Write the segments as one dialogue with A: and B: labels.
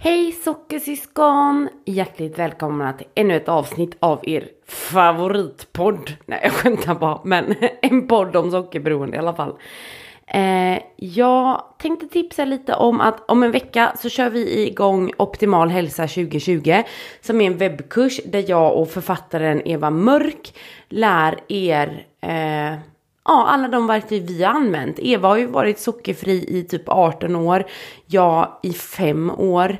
A: Hej sockersyskon! Hjärtligt välkomna till ännu ett avsnitt av er favoritpodd. Nej, jag skämtar bara, men en podd om sockerberoende i alla fall. Jag tänkte tipsa lite om att om en vecka så kör vi igång Optimal hälsa 2020. Som är en webbkurs där jag och författaren Eva Mörk lär er alla de verktyg vi har använt. Eva har ju varit sockerfri i typ 18 år. Jag i 5 år.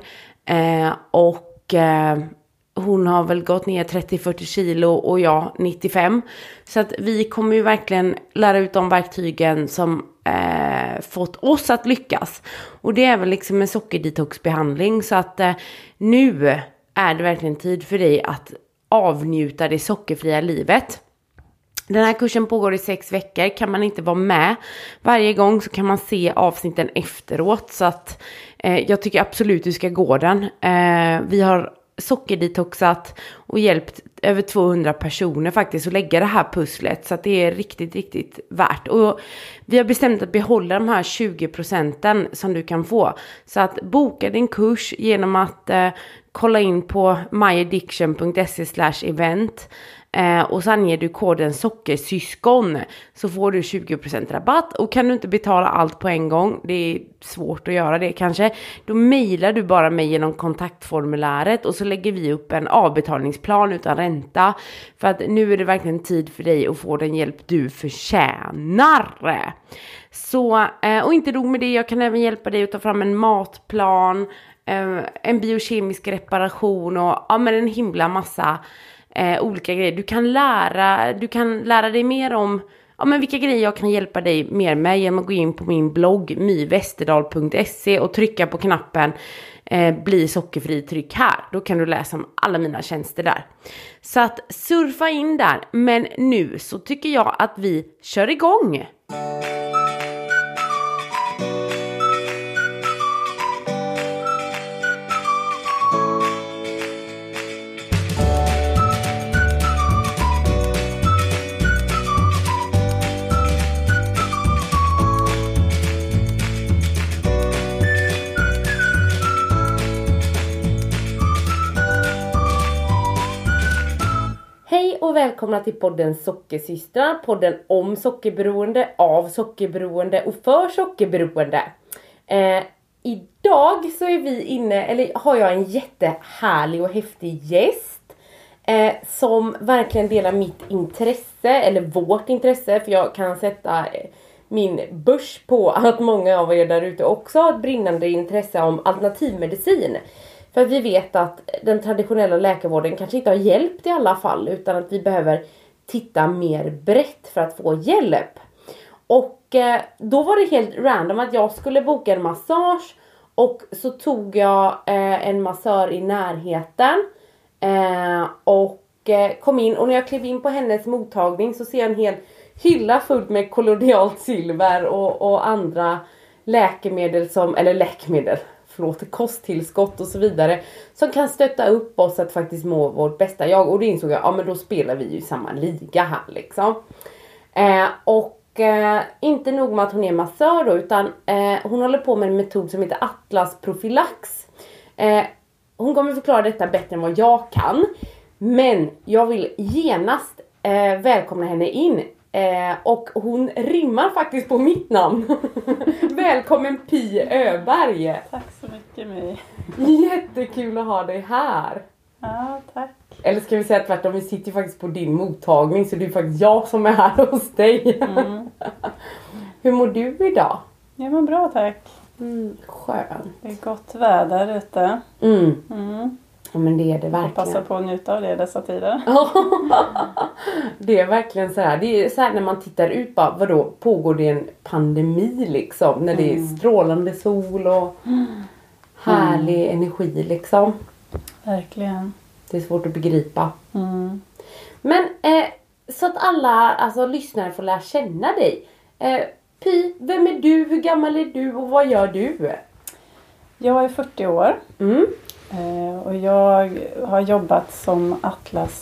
A: Hon har väl gått ner 30-40 kilo och jag 95. Så att vi kommer ju verkligen lära ut de verktygen som fått oss att lyckas. Och det är väl liksom en sockerdetoxbehandling. Så att nu är det verkligen tid för dig att avnjuta det sockerfria livet. Den här kursen pågår i 6 veckor. Kan man inte vara med varje gång så kan man se avsnitten efteråt. Så att jag tycker absolut du ska gå den. Vi har sockerdetoxat och hjälpt över 200 personer faktiskt att lägga det här pusslet. Så att det är riktigt, riktigt värt. Och vi har bestämt att behålla de här 20% som du kan få. Så att boka din kurs genom att kolla in på myaddiction.se/event. Och så anger du koden sockersyskon så får du 20% rabatt. Och kan du inte betala allt på en gång, det är svårt att göra det kanske, då mejlar du bara mig genom kontaktformuläret och så lägger vi upp en avbetalningsplan utan ränta. För att nu är det verkligen tid för dig att få den hjälp du förtjänar. Så, och inte nog med det, jag kan även hjälpa dig att ta fram en matplan, en biokemisk reparation och men en himla massa olika grejer. Du kan lära dig mer om vilka grejer jag kan hjälpa dig mer med genom att gå in på min blogg myvesterdal.se och trycka på knappen bli sockerfri, tryck här. Då kan du läsa om alla mina tjänster där. Så att surfa in där. Men nu så tycker jag att vi kör igång. Hej och välkomna till podden Sockersystrar, podden om sockerberoende, av sockerberoende och för sockerberoende. Idag så är vi har jag en jättehärlig och häftig gäst som verkligen delar mitt intresse, eller vårt intresse, för jag kan sätta min börs på att många av er där ute också har ett brinnande intresse om alternativmedicin. För att vi vet att den traditionella läkarvården kanske inte har hjälpt i alla fall. Utan att vi behöver titta mer brett för att få hjälp. Och då var det helt random att jag skulle boka en massage. Och så tog jag en massör i närheten. Och kom in. Och när jag klev in på hennes mottagning så ser jag en hel hylla full med kollodialt silver och andra kosttillskott och så vidare som kan stötta upp oss att faktiskt må vårt bästa jag. Och det insåg jag, men då spelar vi ju i samma liga här liksom. Inte nog med att hon är massör då, utan hon håller på med en metod som heter Atlas Profylax. Hon kommer förklara detta bättre än vad jag kan. Men jag vill genast välkomna henne in. Och hon rimmar faktiskt på mitt namn. Välkommen Pi Öberg.
B: Tack så mycket My.
A: Jättekul att ha dig här.
B: Ja, tack.
A: Eller ska vi säga tvärtom, vi sitter ju faktiskt på din mottagning. Så det är faktiskt jag som är här hos dig. Hur mår du idag?
B: Jag mår bra, tack.
A: Skönt.
B: Det är gott väder ute.
A: Ja, men det är det verkligen.
B: Passa på att njuta av det dessa tider.
A: Det är verkligen så här. Det är så här när man tittar ut bara, vadå, pågår det en pandemi liksom? När det är strålande sol och härlig energi liksom.
B: Verkligen.
A: Det är svårt att begripa. Men så att alla lyssnare får lära känna dig. Pi, vem är du? Hur gammal är du? Och vad gör du?
B: Jag är 40 år. Och jag har jobbat som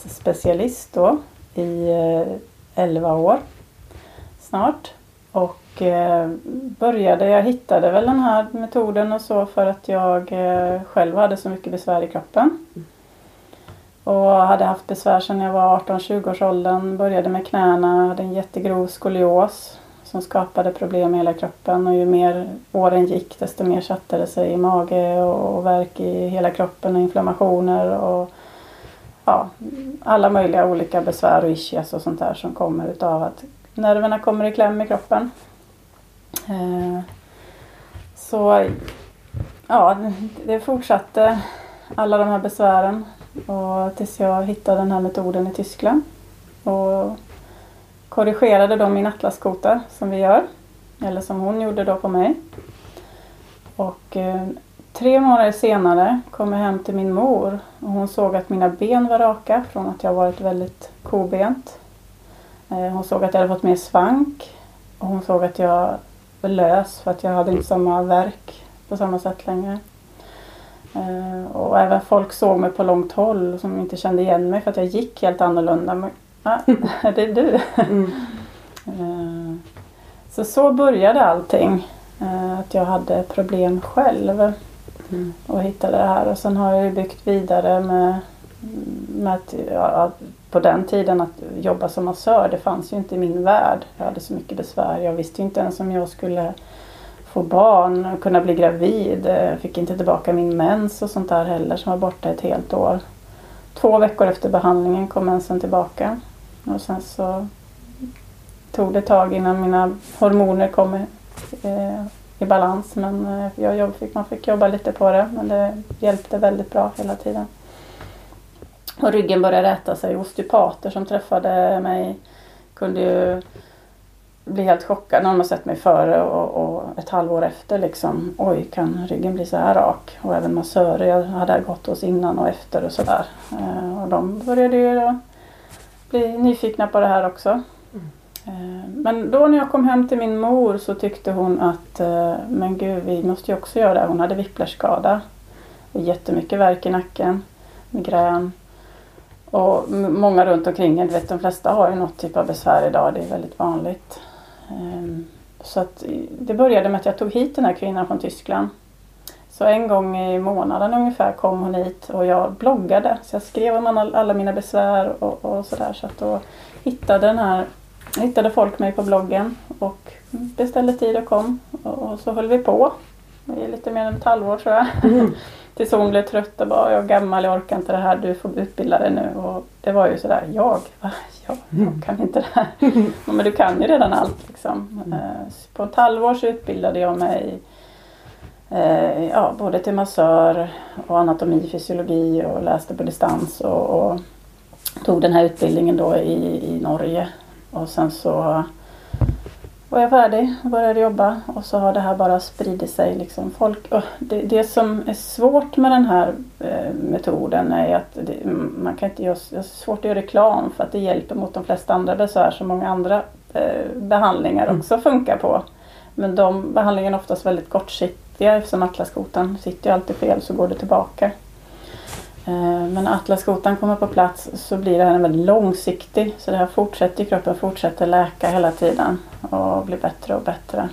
B: Atlas-specialist då i 11 år snart. Och Och jag hittade väl den här metoden och så för att jag själv hade så mycket besvär i kroppen. Och hade haft besvär sedan jag var 18-20 års åldern. Började med knäna, hade en jättegrov skolios som skapade problem i hela kroppen. Och ju mer åren gick desto mer satte det sig i mage och värk i hela kroppen och inflammationer och ja, alla möjliga olika besvär och ischias och sånt där som kommer utav att nerverna kommer i kläm i kroppen. Så ja, det fortsatte alla de här besvären och tills jag hittade den här metoden i Tyskland och korrigerade då min atlaskota som vi gör, eller som hon gjorde då på mig. Och 3 månader senare kom jag hem till min mor och hon såg att mina ben var raka från att jag varit väldigt kobent. Hon såg att jag hade fått mer svank och hon såg att jag var lös för att jag hade inte samma värk på samma sätt längre. Och även folk såg mig på långt håll som inte kände igen mig för att jag gick helt annorlunda. Men, det är du. Så började allting. Att jag hade problem själv och hittade det här. Och sen har jag byggt vidare med att på den tiden att jobba som massör. Det fanns ju inte i min värld. Jag hade så mycket besvär. Jag visste inte ens om jag skulle få barn och kunna bli gravid. Jag fick inte tillbaka min mens och sånt där heller som var borta ett helt år. 2 veckor efter behandlingen kom mensen tillbaka. Och sen så tog det tag innan mina hormoner kom i balans. Men man fick jobba lite på det. Men det hjälpte väldigt bra hela tiden. Och ryggen började rätta sig. Osteopater som träffade mig kunde ju bli helt chockade när de har sett mig före och ett halvår efter liksom. Oj, kan ryggen bli så här rak? Och även massörer jag hade gått hos innan och efter och sådär. Och de började ju bli nyfikna på det här också. Men då när jag kom hem till min mor så tyckte hon att men gud, vi måste ju också göra det. Hon hade whiplashskada och jättemycket värk i nacken, migrän. Och många runt omkring, du vet, de flesta har ju något typ av besvär idag, det är väldigt vanligt. Så att det började med att jag tog hit den här kvinnan från Tyskland. Så en gång i månaden ungefär kom hon hit och jag bloggade. Så jag skrev om alla mina besvär och sådär. Så att då hittade folk mig på bloggen och beställde tid och kom. Och så höll vi på. Det är lite mer än ett halvår tror jag. Tills hon blev trött och bara, jag är gammal, jag orkar inte det här, du får utbilda dig nu. Och det var ju sådär, jag kan inte det här. Men du kan ju redan allt liksom. På ett halvår så utbildade jag mig både till massör och anatomi, fysiologi och läste på distans och tog den här utbildningen då i Norge. Och sen så var jag färdig och började jobba och så har det här bara spridit sig liksom. Det som är svårt med den här metoden är att man kan inte göra, det är svårt att göra reklam för att det hjälper mot de flesta andra besvär som många andra behandlingar också funkar på. Men de behandlingarna är oftast väldigt kortsiktiga eftersom atlaskotan sitter ju alltid fel så går det tillbaka. Men när atlaskotan kommer på plats så blir det här väldigt långsiktig. Så det här fortsätter i kroppen, fortsätter läka hela tiden och blir bättre och bättre.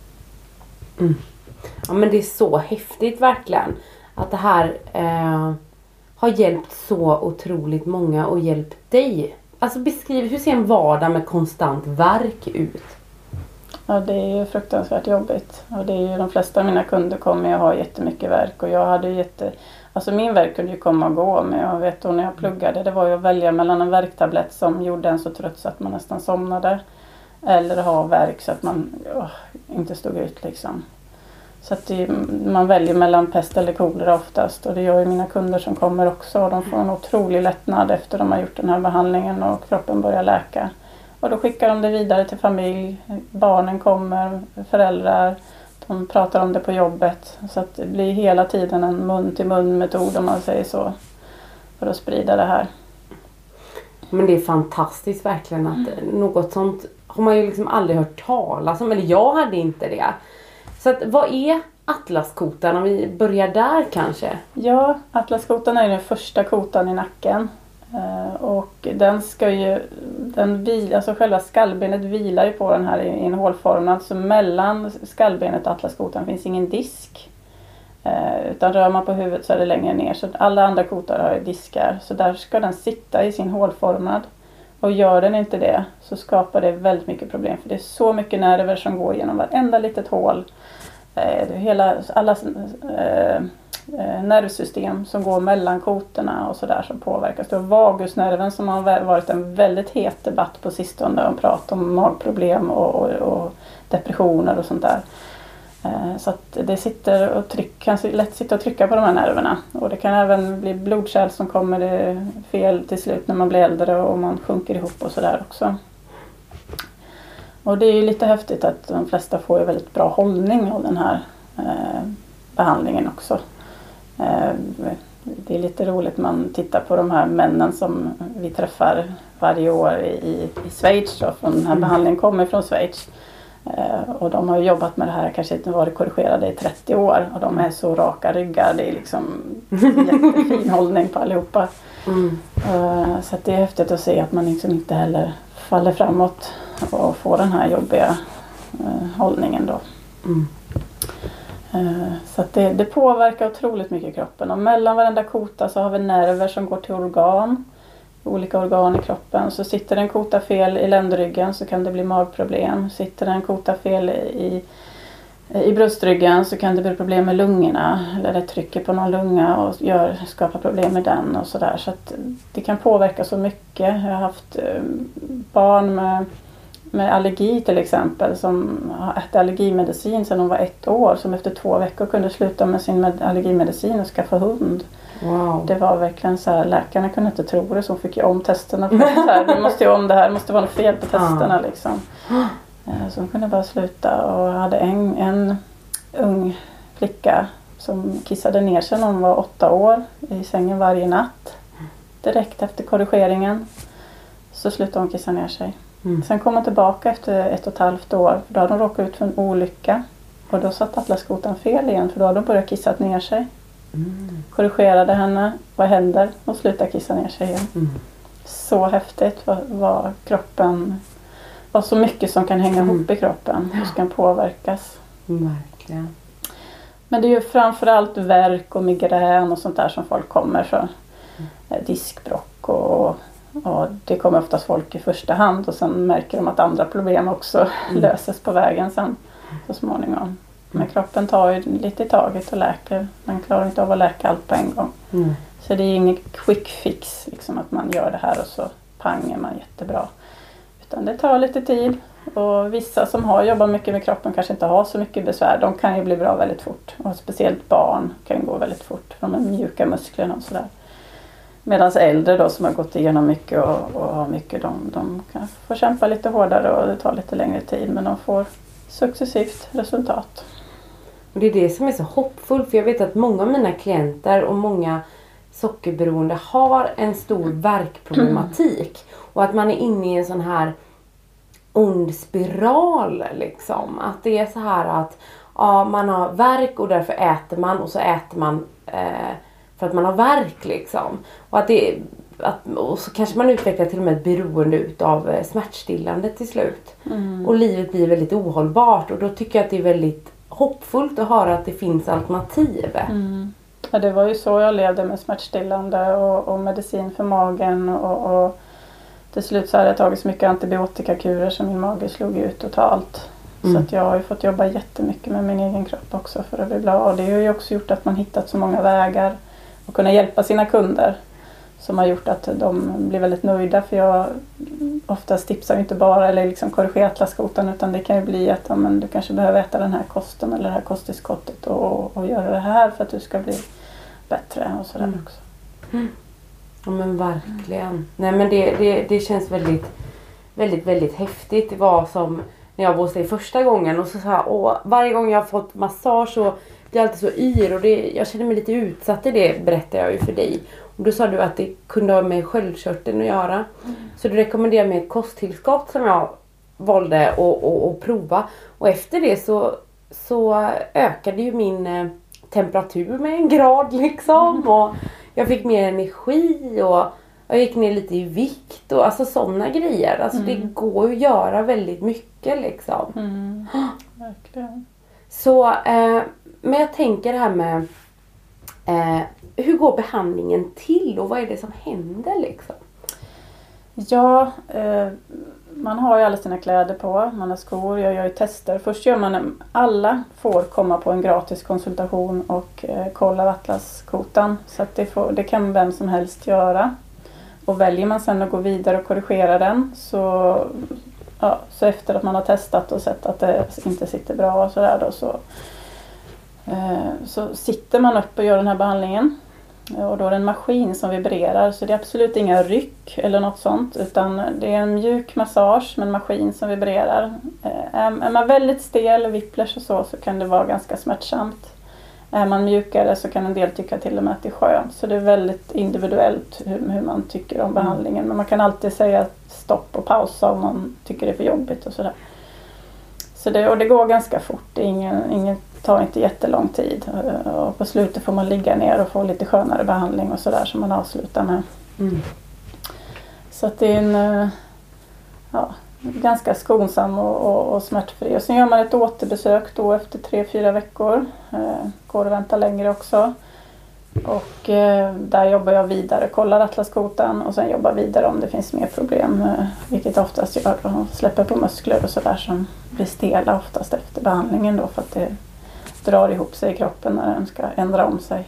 A: Ja men det är så häftigt verkligen. Att det här har hjälpt så otroligt många och hjälpt dig. Alltså beskriv, hur ser en vardag med konstant värk ut?
B: Ja det är ju fruktansvärt jobbigt. Och det är ju de flesta av mina kunder kommer att ha jättemycket värk. Och jag hade alltså min värk kunde ju komma och gå. Men jag vet då när jag pluggade, det var ju att välja mellan en värktablett som gjorde en så trött så att man nästan somnade. Eller ha värk så att man inte stod ut liksom. Så att man väljer mellan pest eller kolera oftast. Och det gör ju mina kunder som kommer också. Och de får en otrolig lättnad efter de har gjort den här behandlingen och kroppen börjar läka. Och då skickar de det vidare till familj. Barnen kommer, föräldrar. De pratar om det på jobbet. Så att det blir hela tiden en mun-till-mun-metod om man säger så. För att sprida det här.
A: Men det är fantastiskt verkligen att något sånt har man ju liksom aldrig hört talas om. Eller jag hade inte det. Så att, vad är atlaskotan om vi börjar där kanske?
B: Ja, atlaskotan är den första kotan i nacken. Och den ska ju, alltså själva skallbenet vilar ju på den här i en hålformad. Så mellan skallbenet och atlaskotan finns ingen disk. Utan rör man på huvudet så är det längre ner. Så alla andra kotar har ju diskar. Så där ska den sitta i sin hålformad. Och gör den inte det så skapar det väldigt mycket problem. För det är så mycket nerver som går genom varenda litet hål. Alla nervsystem som går mellan kotorna och sådär som påverkas. Det är vagusnerven som har varit en väldigt het debatt på sistone. Om prat om magproblem och depressioner och sånt där. Så att det sitter och kan lätt sitta och trycka på de här nerverna. Och det kan även bli blodkärl som kommer fel till slut när man blir äldre och man sjunker ihop och sådär också. Och det är ju lite häftigt att de flesta får ju väldigt bra hållning av den här behandlingen också. Det är lite roligt, man tittar på de här männen som vi träffar varje år i Schweiz. Från den här behandlingen kommer från Schweiz. Och de har jobbat med det här, kanske inte varit korrigerade i 30 år. Och de är så raka ryggar, det är liksom jättefin hållning på allihopa. Så att det är häftigt att se att man liksom inte heller faller framåt och får den här jobbiga hållningen då. Så att det påverkar otroligt mycket kroppen. Och mellan varenda kota så har vi nerver som går till organ. Olika organ i kroppen. Så sitter en kota fel i ländryggen så kan det bli magproblem. Sitter en kota fel i bröstryggen så kan det bli problem med lungorna. Eller det trycker på någon lunga och skapar problem med den och sådär. Så att det kan påverka så mycket. Jag har haft barn med allergi till exempel som har ätit allergimedicin sedan de var 1 år. Som efter 2 veckor kunde sluta med sin allergimedicin och skaffa hund.
A: Wow.
B: Det var verkligen så här, läkarna kunde inte tro det så hon fick ju om testerna. För så här, vi måste ju om det här, det måste vara något fel på testerna liksom. Så hon kunde bara sluta och hade en ung flicka som kissade ner sig när hon var 8 år i sängen varje natt. Direkt efter korrigeringen så slutade hon kissa ner sig. Sen kom hon tillbaka efter 1,5 år. För då hade hon råkat ut för en olycka. Och då satt atlaskotan fel igen för då hade hon börjat kissa ner sig. Korrigerade henne. Vad händer? Hon slutar kissa ner sig igen. Så häftigt vad kroppen... Vad så mycket som kan hänga ihop i kroppen. Och som kan påverkas.
A: Verkligen.
B: Men det är ju framförallt värk och migrän och sånt där som folk kommer för. Diskbråck och det kommer oftast folk i första hand. Och sen märker de att andra problem också löses på vägen sen så småningom. Men kroppen tar ju lite i taget och läker. Man klarar inte av att läka allt på en gång. Så det är inget quick fix. Liksom att man gör det här och så pang är man jättebra. Utan det tar lite tid. Och vissa som har jobbat mycket med kroppen kanske inte har så mycket besvär. De kan ju bli bra väldigt fort. Och speciellt barn kan gå väldigt fort. För de är mjuka musklerna och sådär. Medan äldre då som har gått igenom mycket och har mycket. De kan få kämpa lite hårdare och det tar lite längre tid. Men de får successivt resultat.
A: Och det är det som är så hoppfullt. För jag vet att många av mina klienter och många sockerberoende har en stor värkproblematik. Och att man är inne i en sån här ond spiral liksom. Att det är så här att man har värk och därför äter man. Och så äter man för att man har värk liksom. Och och så kanske man utvecklar till och med ett beroende utav smärtstillande till slut. Och livet blir väldigt ohållbart. Och då tycker jag att det är väldigt hoppfullt att höra att det finns alternativ.
B: Ja, det var ju så jag levde med smärtstillande och medicin för magen. Och till slut så hade jag tagit så mycket antibiotikakurer som min mage slog ut totalt. Så att jag har ju fått jobba jättemycket med min egen kropp också för att bli bra. Och det har ju också gjort att man hittat så många vägar och kunna hjälpa sina kunder. Som har gjort att de blir väldigt nöjda. För jag oftast tipsar ju inte bara eller liksom korrigerar atlaskotan. Utan det kan ju bli att du kanske behöver äta den här kosten eller det här kosttillskottet. Och göra det här för att du ska bli bättre och sådär också.
A: Ja men verkligen. Nej men det känns väldigt, väldigt, väldigt häftigt. Det var som när jag var hos dig första gången. Och så sa jag, varje gång jag har fått massage så blir jag alltid så yr. Och jag känner mig lite utsatt i det, berättar jag ju för dig. Och då sa du att det kunde ha med sköldkörteln att göra. Så du rekommenderade mig ett kosttillskott som jag valde att prova. Och efter det så ökade ju min temperatur med 1 grad liksom. Och jag fick mer energi och Jag gick ner lite i vikt och alltså sådana grejer. Alltså det går ju att göra väldigt mycket liksom.
B: Verkligen.
A: Så, men jag tänker det här med hur går behandlingen till och vad är det som händer liksom?
B: Ja, man har ju alla sina kläder på, man har skor, jag gör ju tester. Först gör man, alla får komma på en gratis konsultation och kolla atlaskotan. Så att det kan vem som helst göra. Och väljer man sen att gå vidare och korrigera den så efter att man har testat och sett att det inte sitter bra och sådär då så sitter man upp och gör den här behandlingen. Och då är det en maskin som vibrerar så det är absolut inga ryck eller något sånt utan det är en mjuk massage med en maskin som vibrerar. Är man väldigt stel, whiplash och så kan det vara ganska smärtsamt. Är man mjukare så kan en del tycka till och med att det är skönt. Så det är väldigt individuellt hur man tycker om behandlingen. Men man kan alltid säga stopp och pausa om man tycker det är för jobbigt och sådär. Så det går ganska fort. Det tar inte jättelång tid. Och på slutet får man ligga ner och få lite skönare behandling och sådär som man avslutar med. Så att det är en ganska skonsam och smärtfri. Och sen gör man ett återbesök då efter 3-4 veckor. Går att vänta längre också. Och där jobbar jag vidare, kollar atlaskotan och sen jobbar vidare om det finns mer problem. Vilket oftast gör då, släpper på muskler och sådär som blir stela oftast efter behandlingen då för att det drar ihop sig i kroppen när den ska ändra om sig.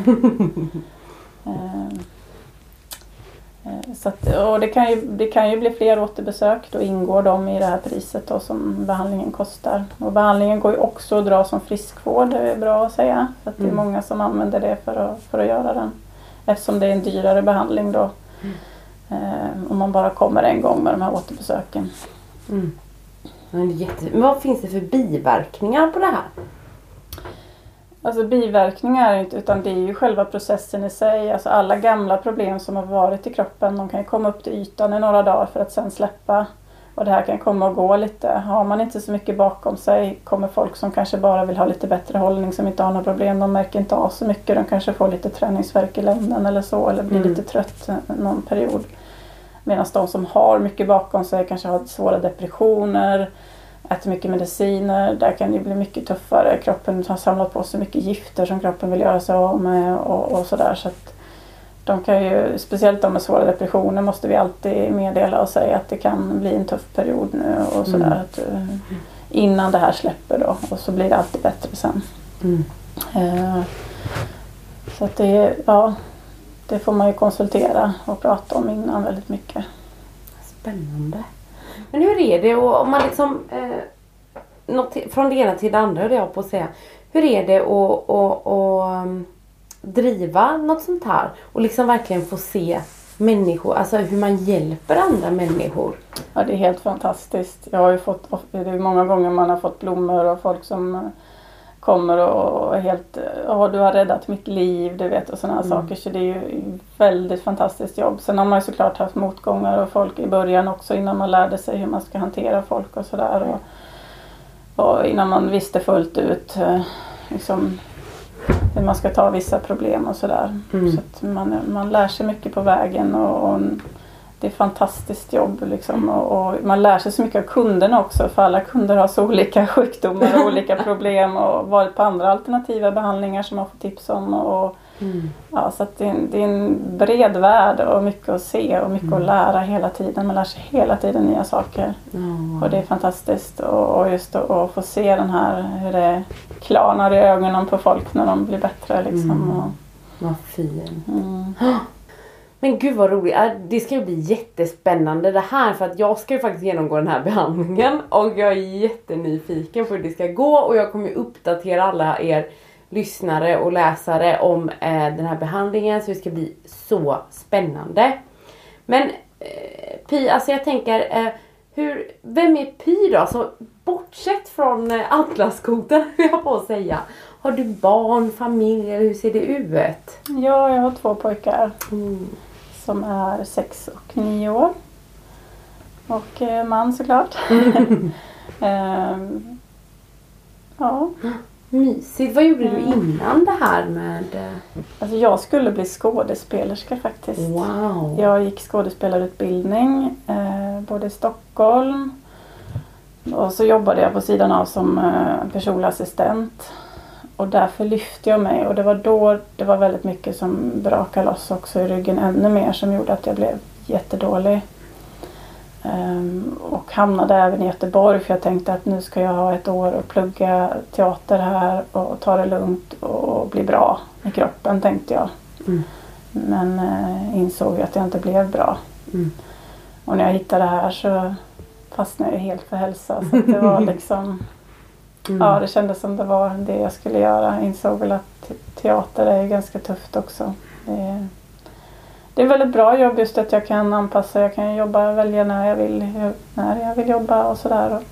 B: Så att, och det kan ju bli fler återbesök. Då ingår de i det här priset då som behandlingen kostar. Och behandlingen går ju också att dra som friskvård, det är bra att säga. För att det är många som använder det för att göra den. Eftersom det är en dyrare behandling då. Om man bara kommer en gång med de här återbesöken.
A: Men vad finns det för biverkningar på det här?
B: Alltså biverkningar är inte, utan det är ju själva processen i sig. Alltså alla gamla problem som har varit i kroppen, de kan ju komma upp till ytan i några dagar för att sen släppa. Och det här kan komma och gå lite. Har man inte så mycket bakom sig kommer folk som kanske bara vill ha lite bättre hållning som inte har några problem. De märker inte av så mycket. De kanske får lite träningsvärk i länden eller så. Eller blir lite trött någon period. Medan de som har mycket bakom sig kanske har svåra depressioner. Äter mycket mediciner, där kan det bli mycket tuffare. Kroppen har samlat på sig mycket gifter som kroppen vill göra sig av med och sådär. Så att de kan ju, speciellt de med svåra depressioner måste vi alltid meddela och säga att det kan bli en tuff period nu och sådär. Att, innan det här släpper då och så blir det alltid bättre sen. Så att det får man ju konsultera och prata om innan väldigt mycket.
A: Spännande. Men hur är det om man liksom från det ena till det andra det jag på att säga. Hur är det att driva något sånt här och liksom verkligen få se människor, alltså hur man hjälper andra människor?
B: Ja, det är helt fantastiskt. Jag har ju det är många gånger man har fått blommor och folk som kommer och helt, du har räddat mitt liv, du vet, och sådana saker. Så det är ju väldigt fantastiskt jobb. Sen har man ju såklart haft motgångar och folk i början också innan man lärde sig hur man ska hantera folk och sådär. Och innan man visste fullt ut liksom, hur man ska ta vissa problem och sådär. Så att man lär sig mycket på vägen och det är fantastiskt jobb liksom. Och man lär sig så mycket av kunderna också. För alla kunder har så olika sjukdomar och olika problem. Och varit på andra alternativa behandlingar som man får tips om. Ja, så att det är en bred värld och mycket att se och mycket att lära hela tiden. Man lär sig hela tiden nya saker. Och det är fantastiskt. Och just att få se den här, hur det klarnar i ögonen på folk när de blir bättre liksom.
A: Vad fin. Men gud vad roligt. Det ska ju bli jättespännande det här. För att jag ska ju faktiskt genomgå den här behandlingen. Och jag är jättenyfiken på hur det ska gå. Och jag kommer ju uppdatera alla er lyssnare och läsare om den här behandlingen. Så det ska bli så spännande. Men Py, alltså jag tänker... vem är Py då? Så bortsett från atlaskoten vill jag på att säga. Har du barn, familj eller hur ser det ut?
B: Ja, jag har 2 pojkar. Som är 6 och 9 år. Och man såklart. Ja.
A: Mysigt. Vad gjorde du innan det här med...
B: Alltså jag skulle bli skådespelerska faktiskt.
A: Wow.
B: Jag gick skådespelarutbildning både i Stockholm. Och så jobbade jag på sidan av som personlig assistent. Och därför lyfte jag mig. Och det var då det var väldigt mycket som brakade loss också i ryggen ännu mer. Som gjorde att jag blev jättedålig. Och hamnade även i Göteborg. För jag tänkte att nu ska jag ha ett år och plugga teater här. Och ta det lugnt och bli bra i kroppen tänkte jag.
A: Mm.
B: Men insåg att jag inte blev bra.
A: Mm.
B: Och när jag hittade det här så fastnade jag helt för hälsa. Så det var liksom... Ja, det kändes som det var det jag skulle göra. Jag insåg väl att teater är ganska tufft också. Det är väldigt bra jobb just att jag kan anpassa. Jag kan jobba, välja när jag vill jobba och sådär.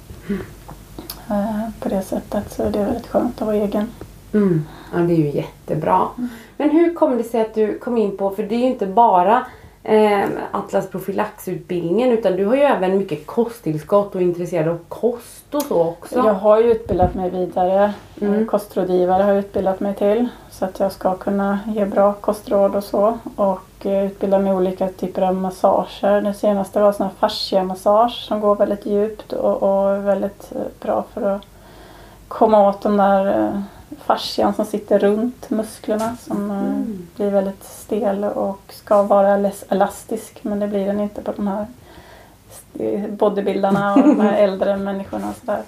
B: På det sättet så det är väldigt skönt att vara egen.
A: Mm. Ja, det är ju jättebra. Men hur kom det sig att du kom in på, för det är ju inte bara Atlas profylaxutbildningen utan du har ju även mycket kosttillskott och är intresserad av kost och så också.
B: Jag har ju utbildat mig vidare. Kostrådgivare har jag utbildat mig till. Så att jag ska kunna ge bra kostråd och så. Och utbilda mig i olika typer av massager. Det senaste var sån här fascia-massage som går väldigt djupt och är väldigt bra för att komma åt de där fascian som sitter runt musklerna som blir väldigt stel och ska vara elastisk, men det blir den inte på de här bodybuildarna och de här äldre människorna. Sådär.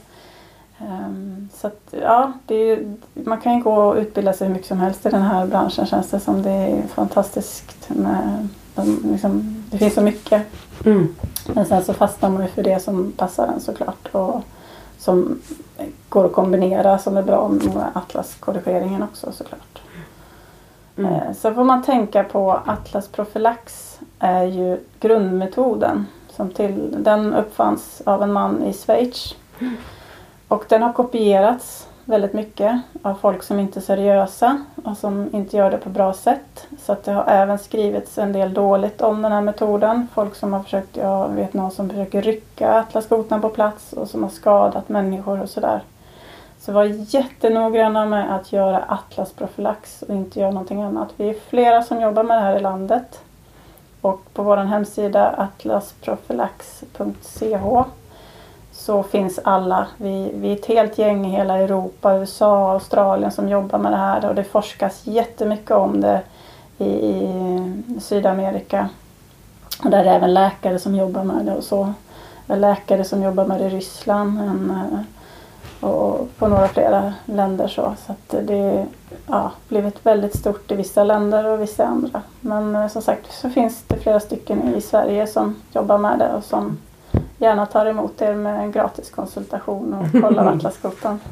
B: Så att, ja, man kan ju gå och utbilda sig hur mycket som helst i den här branschen, känns det som. Det är fantastiskt med det finns så mycket. Men sen så fastnar man ju för det som passar en såklart och som går att kombinera, som är bra med Atlas-korrigeringen också såklart. Så får man tänka på Atlas Profylax är ju grundmetoden. Den uppfanns av en man i Schweiz. Och den har kopierats väldigt mycket av folk som inte är seriösa och som inte gör det på bra sätt. Så att det har även skrivits en del dåligt om den här metoden. Folk som har försökt, jag vet någon som försöker rycka atlaskotan på plats och som har skadat människor och sådär. Så var jättenoggranna med att göra Atlas Profylax och inte göra någonting annat. Vi är flera som jobbar med det här i landet. Och på vår hemsida atlasprofylax.ch så finns alla. Vi är ett helt gäng i hela Europa, USA och Australien som jobbar med det här. Och det forskas jättemycket om det i Sydamerika. Och där är det även läkare som jobbar med det och så. Det är läkare som jobbar med det i Ryssland och på några flera länder så. Så att det har blivit väldigt stort i vissa länder och vissa andra. Men som sagt så finns det flera stycken i Sverige som jobbar med det och som gärna tar emot er med en gratis konsultation och kollar atlaskotan.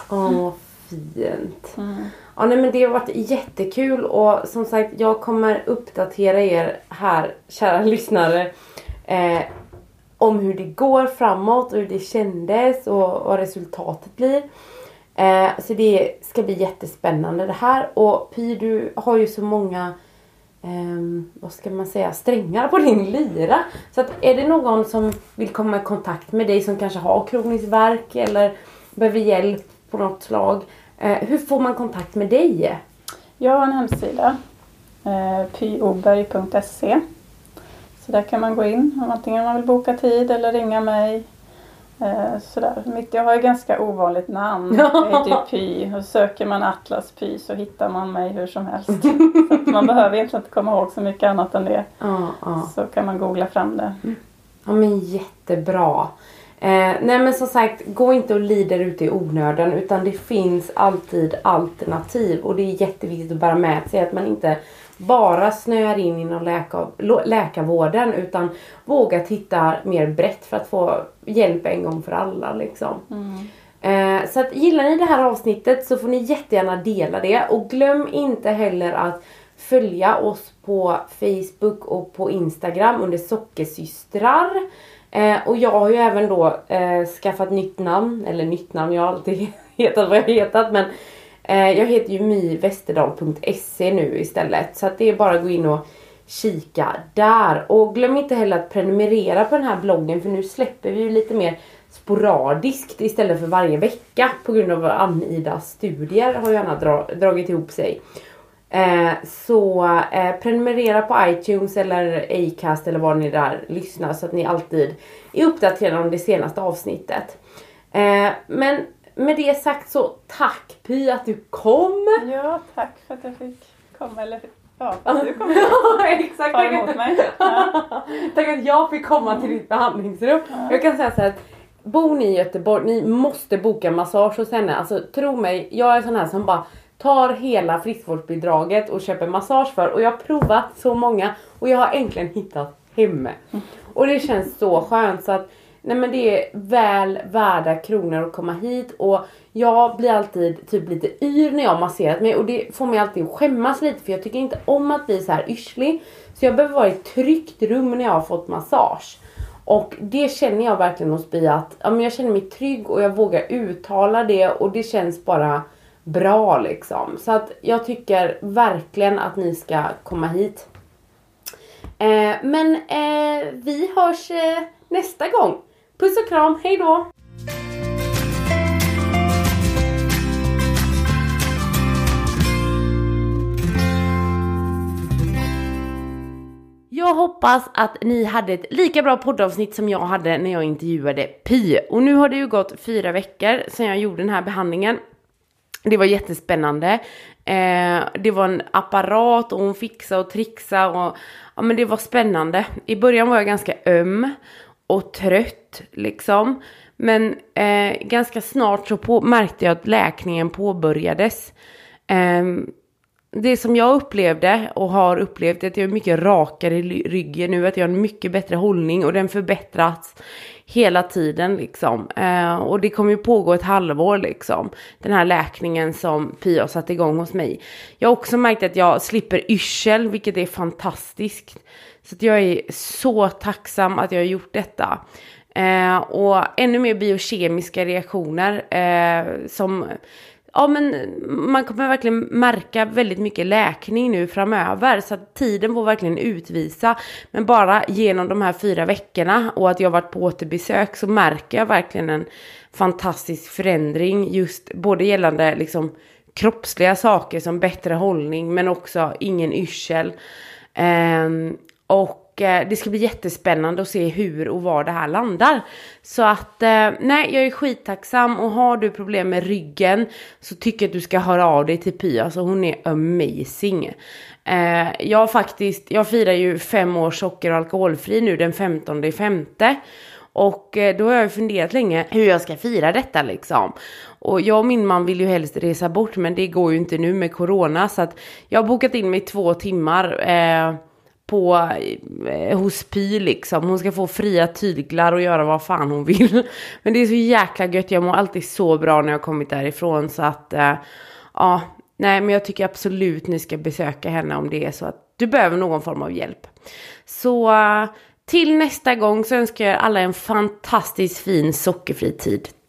A: Fint. Ja, nej, men det har varit jättekul och som sagt jag kommer uppdatera er här, kära lyssnare, om hur det går framåt och hur det kändes och vad resultatet blir. Så det ska bli jättespännande det här. Och Py, du har ju så många vad ska man säga, strängar på din lyra. Så att är det någon som vill komma i kontakt med dig som kanske har kronisk värk eller behöver hjälp på något slag, hur får man kontakt med dig?
B: Jag har en hemsida, pyoberg.se. Så där kan man gå in om antingen man vill boka tid eller ringa mig. Sådär. Jag har ju ganska ovanligt namn. Jag heter ju Py. Och söker man Atlas Py så hittar man mig hur som helst. Så att man behöver egentligen inte komma ihåg så mycket annat än det. Så kan man googla fram det.
A: Ja, men jättebra. Nej, men som sagt, gå inte och lider ute i onödan, utan det finns alltid alternativ. Och det är jätteviktigt att bära med sig att man inte bara snöar in inom läkarvården, utan våga titta mer brett för att få hjälp en gång för alla liksom. Så att gillar ni det här avsnittet så får ni jättegärna dela det, och glöm inte heller att följa oss på Facebook och på Instagram under Sockersystrar. Och jag har ju även då skaffat nytt namn, jag har alltid hetat vad jag hetat, men jag heter ju myvesterdal.se nu istället. Så att det är bara att gå in och kika där. Och glöm inte heller att prenumerera på den här bloggen, för nu släpper vi ju lite mer sporadiskt istället för varje vecka på grund av Ann-Idas studier har gärna dragit ihop sig. Så prenumerera på iTunes eller Acast eller vad ni där lyssnar så att ni alltid är uppdaterade om det senaste avsnittet. Men med det sagt så tack Py att du kom.
B: Ja, tack för att jag fick komma. Eller ja, att du kom.
A: Ja, exakt.
B: Ta emot mig. Ja.
A: Tack att jag fick komma till ditt behandlingsrum. Ja. Jag kan säga så här att bor ni i Göteborg, ni måste boka massage hos henne. Alltså tro mig, jag är sån här som bara tar hela friskvårdsbidraget och köper massage för. Och jag har provat så många och jag har äntligen hittat hemme. Och det känns så skönt så att nej men det är väl värda kronor att komma hit. Och jag blir alltid typ lite yr när jag har masserat mig. Och det får mig alltid att skämmas lite för jag tycker inte om att bli så här yrslig. Så jag behöver vara i ett tryggt rum när jag har fått massage. Och det känner jag verkligen hos Py att ja, men jag känner mig trygg och jag vågar uttala det. Och det känns bara bra liksom. Så att jag tycker verkligen att ni ska komma hit. Men vi hörs nästa gång. Puss och kram, hej då! Jag hoppas att ni hade ett lika bra poddavsnitt som jag hade när jag intervjuade Py. Och nu har det ju gått 4 veckor sedan jag gjorde den här behandlingen. Det var jättespännande. Det var en apparat och hon fixade och trixade. Och, ja, men det var spännande. I början var jag ganska öm och trött liksom. Men ganska snart så märkte jag att läkningen påbörjades. Det som jag upplevde och har upplevt är att jag är mycket rakare i ryggen nu. Att jag har en mycket bättre hållning och den förbättras hela tiden liksom. Och det kommer ju pågå ett halvår liksom. Den här läkningen som Py har satt igång hos mig. Jag har också märkt att jag slipper yrsel, vilket är fantastiskt. Så att jag är så tacksam att jag har gjort detta. Och ännu mer biokemiska reaktioner som... Ja, men man kommer verkligen märka väldigt mycket läkning nu framöver. Så att tiden får verkligen utvisa. Men bara genom de här 4 veckorna och att jag varit på återbesök så märker jag verkligen en fantastisk förändring. Just både gällande liksom kroppsliga saker som bättre hållning men också ingen yrsel. Och det ska bli jättespännande att se hur och var det här landar. Så att, nej, jag är skitacksam. Och har du problem med ryggen så tycker jag att du ska höra av dig till Py. Alltså hon är amazing. Jag firar ju 5 år socker- och alkoholfri nu den 15/5. Och då har jag ju funderat länge hur jag ska fira detta liksom. Och jag och min man vill ju helst resa bort men det går ju inte nu med corona. Så att jag har bokat in mig 2 timmar hos Py liksom. Hon ska få fria tyglar och göra vad fan hon vill. Men det är så jäkla gött. Jag mår alltid så bra när jag kommit därifrån. Så att, ja, nej men jag tycker absolut ni ska besöka henne om det är så att du behöver någon form av hjälp. Så till nästa gång så önskar jag alla en fantastiskt fin sockerfri tid.